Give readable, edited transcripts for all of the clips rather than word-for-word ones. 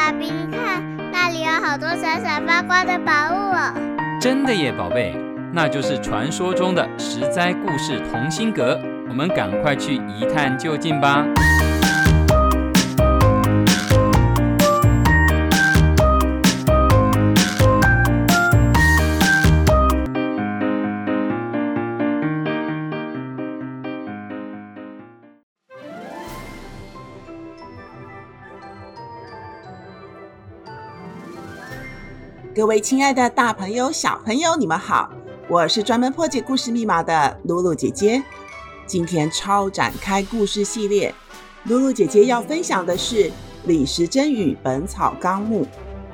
爸比，你看那里有好多闪闪发光的宝物哦。 真的耶，宝贝，那就是传说中的十灾故事同心阁，我们赶快去一探究竟吧。 各位亲爱的大朋友小朋友，你们好，我是专门破解故事密码的露露姐姐。今天超展开故事系列，露露姐姐要分享的是李时珍与本草纲目。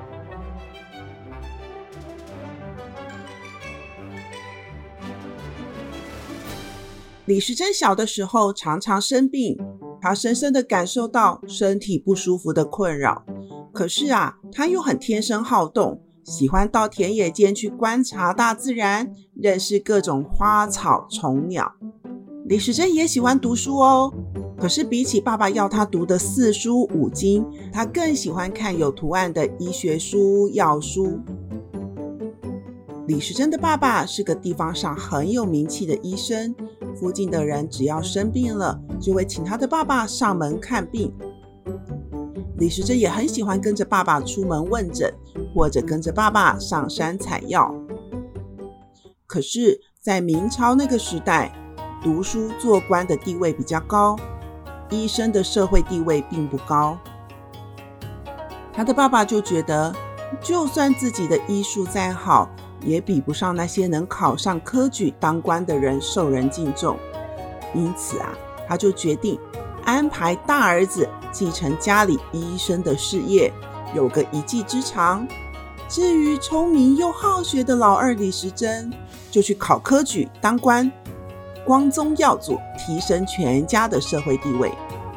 李时珍小的时候常常生病，她深深地感受到身体不舒服的困扰。可是她又很天生好动，喜欢到田野间去观察大自然，认识各种花草虫鸟。李时珍也喜欢读书哦，可是比起爸爸要他读的四书五经，他更喜欢看有图案的医学书、药书。李时珍的爸爸是个地方上很有名气的医生，附近的人只要生病了，就会请他的爸爸上门看病。李时珍也很喜欢跟着爸爸出门问诊，或者跟着爸爸上山采药。可是在明朝那个时代，读书做官的地位比较高，医生的社会地位并不高。他的爸爸就觉得，就算自己的医术再好，也比不上那些能考上科举当官的人受人敬重。因此他就决定安排大儿子继承家里医生的事业，有个一技之长。至于聪明又好学的老二李时珍，就去考科举当官，光宗耀祖，提升全家的社会地位。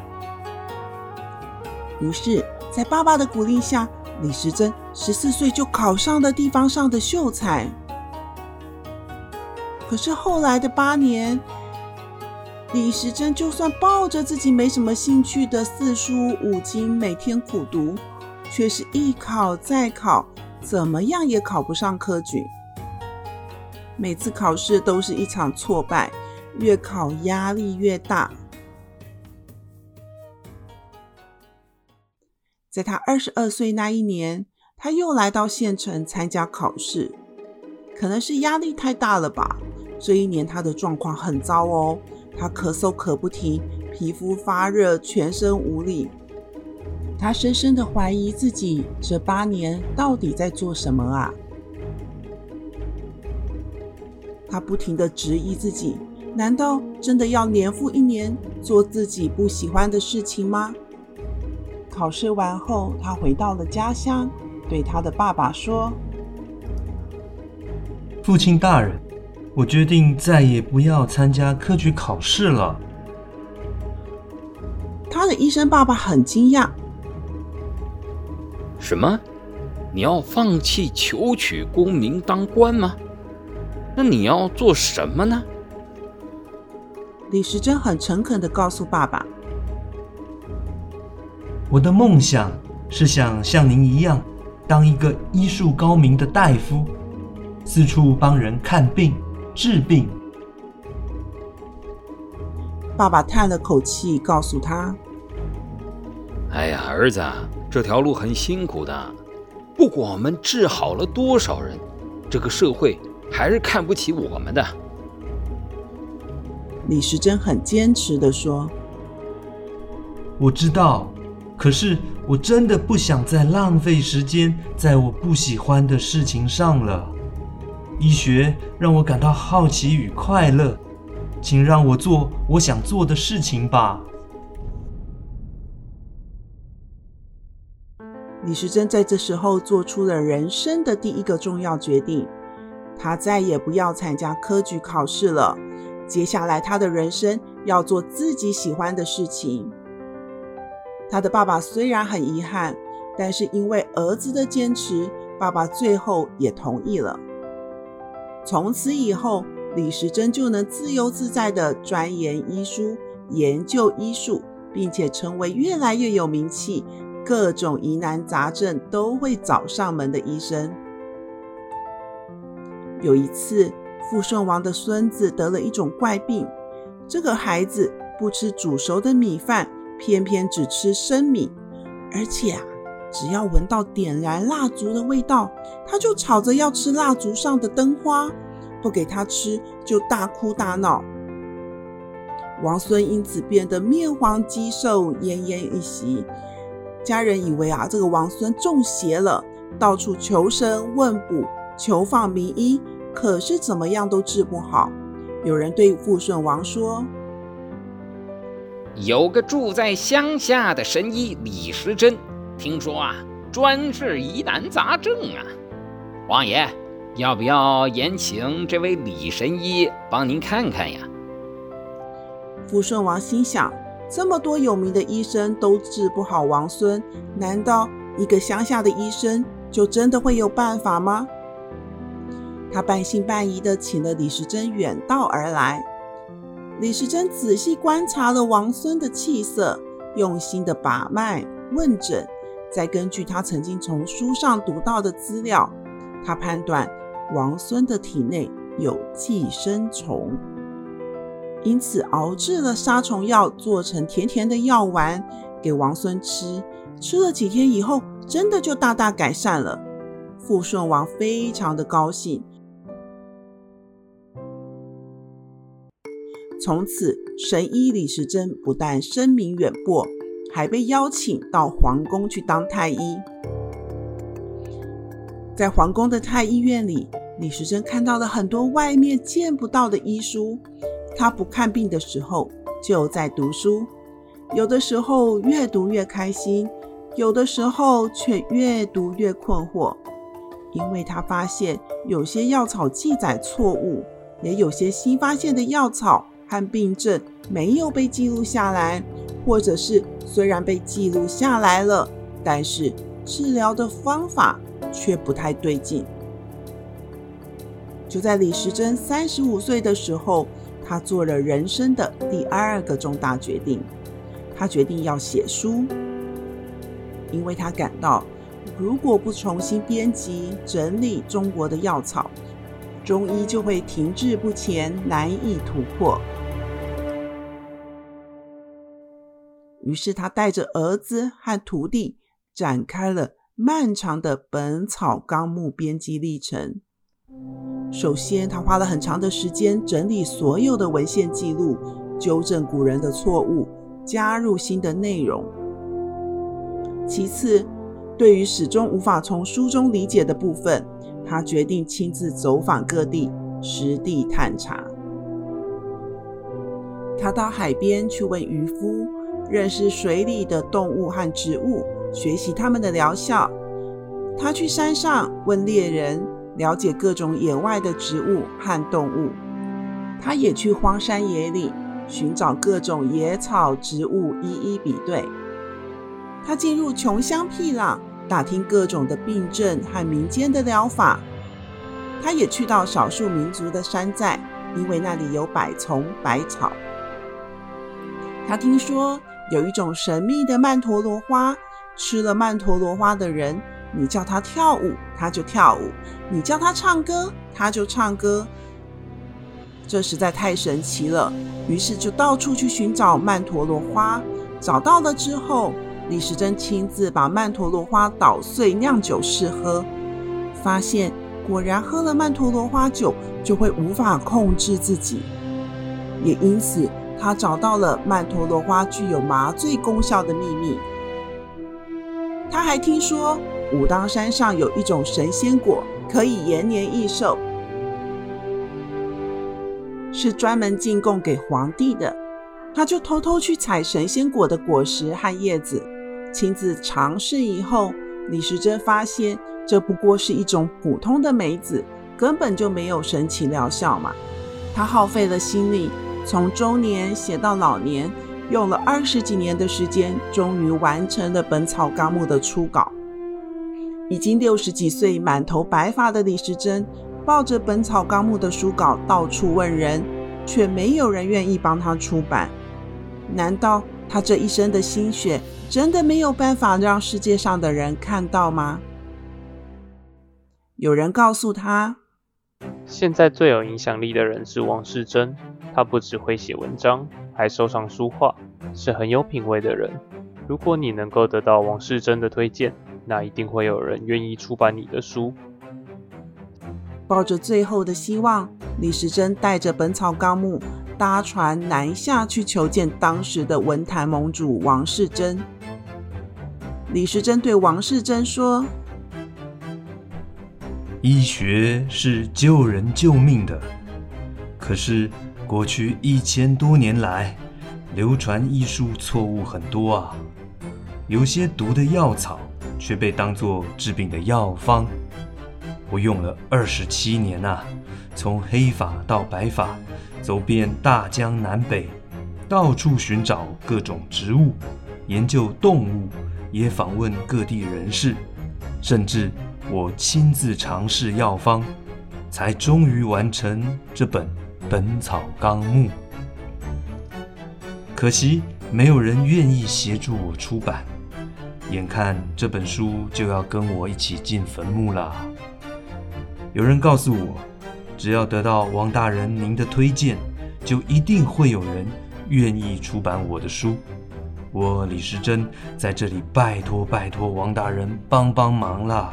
于是在爸爸的鼓励下，李时珍14岁就考上了地方上的秀才。可是后来的8年，李时珍就算抱着自己没什么兴趣的四书五经每天苦读，却是一考再考，怎么样也考不上科举。每次考试都是一场挫败，越考压力越大。在他22岁那一年，他又来到县城参加考试。可能是压力太大了吧，这一年他的状况很糟哦，他咳嗽咳不停，皮肤发热，全身无力。他深深地怀疑自己这8年到底在做什么他不停地质疑自己，难道真的要年复一年做自己不喜欢的事情吗？考试完后，他回到了家乡，对他的爸爸说： 父亲大人，我决定再也不要参加科举考试了。 他的医生爸爸很惊讶： 什么？你要放弃求取功名当官吗？那你要做什么呢？ 李时珍很诚恳地告诉爸爸： 我的梦想是想像您一样，当一个医术高明的大夫，四处帮人看病治病。 爸爸叹了口气，告诉他： 哎呀，儿子，这条路很辛苦的，不管我们治好了多少人，这个社会还是看不起我们的。 李时珍很坚持地说： 我知道，可是我真的不想再浪费时间在我不喜欢的事情上了。医学让我感到好奇与快乐，请让我做我想做的事情吧。 李时珍在这时候做出了人生的第一个重要决定，他再也不要参加科举考试了。接下来他的人生要做自己喜欢的事情。他的爸爸虽然很遗憾，但是因为儿子的坚持，爸爸最后也同意了。从此以后，李时珍就能自由自在地钻研医书，研究医术，并且成为越来越有名气、 各种疑难杂症都会找上门的医生。有一次，富顺王的孙子得了一种怪病，这个孩子不吃煮熟的米饭，偏偏只吃生米，而且只要闻到点燃蜡烛的味道，他就吵着要吃蜡烛上的灯花，不给他吃就大哭大闹。王孙因此变得面黄肌瘦，奄奄一息。家人以为这个王孙中邪了，到处求神问卜，求访名医，可是怎么样都治不好。有人对富顺王说， 有个住在乡下的神医李时珍，听说专治疑难杂症王爷，要不要延请这位李神医帮您看看呀？ 富顺王心想，这么多有名的医生都治不好王孙，难道一个乡下的医生就真的会有办法吗？他半信半疑地请了李时珍远道而来。李时珍仔细观察了王孙的气色，用心地把脉问诊，再根据他曾经从书上读到的资料，他判断王孙的体内有寄生虫，因此熬制了杀虫药，做成甜甜的药丸给王孙吃。吃了几天以后，真的就大大改善了。富顺王非常的高兴。从此，神医李时珍不但声名远播，还被邀请到皇宫去当太医。在皇宫的太医院里，李时珍看到了很多外面见不到的医书。他不看病的时候就在读书，有的时候越读越开心，有的时候却越读越困惑，因为他发现有些药草记载错误，也有些新发现的药草和病症没有被记录下来，或者是虽然被记录下来了，但是治疗的方法却不太对劲。就在李时珍35岁的时候，他做了人生的第2个重大决定，他决定要写书，因为他感到如果不重新编辑整理中国的药草，中医就会停滞不前，难以突破。于是他带着儿子和徒弟展开了漫长的《本草纲目》编辑历程。首先，他花了很长的时间整理所有的文献记录，纠正古人的错误，加入新的内容。其次，对于始终无法从书中理解的部分，他决定亲自走访各地，实地探查。他到海边去问渔夫，认识水里的动物和植物，学习它们的疗效。他去山上问猎人，了解各种野外的植物和动物。他也去荒山野岭，寻找各种野草植物，一一比对。他进入穷乡僻壤，打听各种的病症和民间的疗法。他也去到少数民族的山寨，因为那里有百虫百草。他听说有一种神秘的曼陀罗花，吃了曼陀罗花的人，你叫他跳舞他就跳舞，你叫他唱歌他就唱歌。这实在太神奇了，于是就到处去寻找曼陀罗花。找到了之后，李时珍亲自把曼陀罗花捣碎酿酒试喝，发现果然喝了曼陀罗花酒就会无法控制自己，也因此他找到了曼陀罗花具有麻醉功效的秘密。他还听说武当山上有一种神仙果可以延年益寿，是专门进贡给皇帝的。他就偷偷去采神仙果的果实和叶子，亲自尝试以后，李时珍发现这不过是一种普通的梅子，根本就没有神奇疗效嘛。他耗费了心力，从中年写到老年，用了20几年的时间，终于完成了《本草纲目》的初稿。已经60几岁、满头白发的李时珍，抱着《本草纲目》的书稿到处问人，却没有人愿意帮他出版。难道他这一生的心血真的没有办法让世界上的人看到吗？有人告诉他， 现在最有影响力的人是王世贞，他不只会写文章，还收藏书画，是很有品味的人。如果你能够得到王世贞的推荐，那一定会有人愿意出版你的书。 抱着最后的希望，李时珍带着《本草纲目》搭船南下去求见当时的文坛盟主王世贞。李时珍对王世贞说， 医学是救人救命的，可是过去1000多年来，流传医术错误很多啊。有些毒的药草却被当作治病的药方。我用了27年啊，从黑发到白发，走遍大江南北，到处寻找各种植物，研究动物，也访问各地人士，甚至我亲自尝试药方，才终于完成这本《本草纲目》。可惜没有人愿意协助我出版，眼看这本书就要跟我一起进坟墓了。有人告诉我，只要得到王大人您的推荐，就一定会有人愿意出版我的书。我李时珍在这里拜托王大人帮忙啦。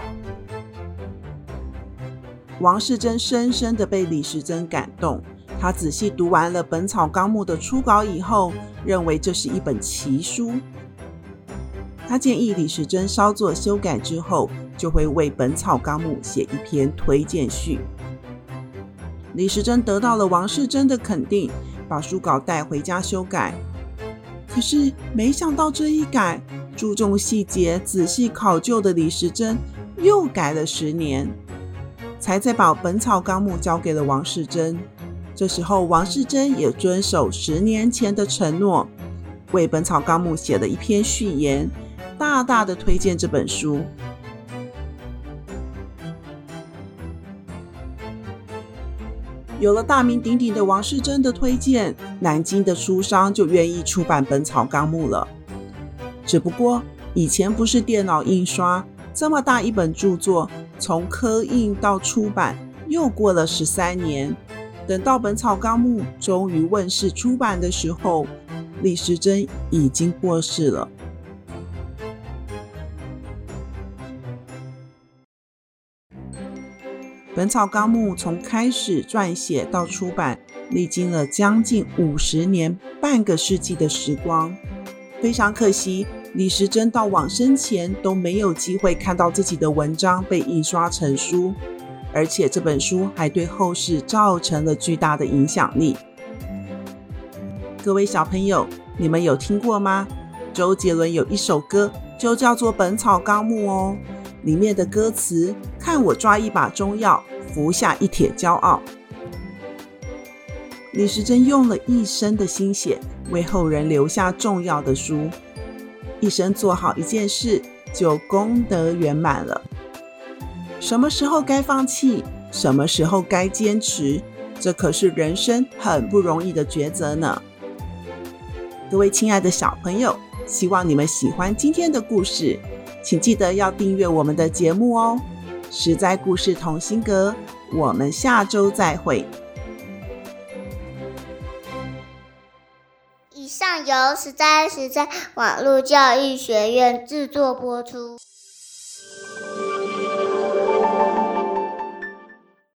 王世贞深深地被李时珍感动，他仔细读完了《本草纲目》的初稿以后，认为这是一本奇书。他建议李时珍稍作修改之后，就会为《本草纲目》写一篇推荐序。李时珍得到了王世贞的肯定，把书稿带回家修改。可是没想到这一改，注重细节、仔细考究的李时珍又改了10年，才再把《本草纲目》交给了王世贞。这时候王世贞也遵守10年前的承诺，为《本草纲目》写了一篇序言，大大的推荐这本书。有了大名鼎鼎的王世贞的推荐，南京的书商就愿意出版《本草纲目》了。只不过以前不是电脑印刷，这么大一本著作，从刻印到出版又过了13年。等到《本草纲目》终于问世出版的时候，李时珍已经过世了。《本草纲目》从开始撰写到出版，历经了将近50年，半个世纪的时光。非常可惜，李时珍到往生前都没有机会看到自己的文章被印刷成书，而且这本书还对后世造成了巨大的影响力。各位小朋友，你们有听过吗？周杰伦有一首歌就叫做《本草纲目》哦，里面的歌词，看我抓一把中药，服下一帖骄傲。李时珍用了一生的心血，为后人留下重要的书。一生做好一件事，就功德圆满了。什么时候该放弃，什么时候该坚持，这可是人生很不容易的抉择呢。各位亲爱的小朋友，希望你们喜欢今天的故事，请记得要订阅我们的节目哦。实在故事同心阁，我们下周再会。 以上由实在网络教育学院制作播出。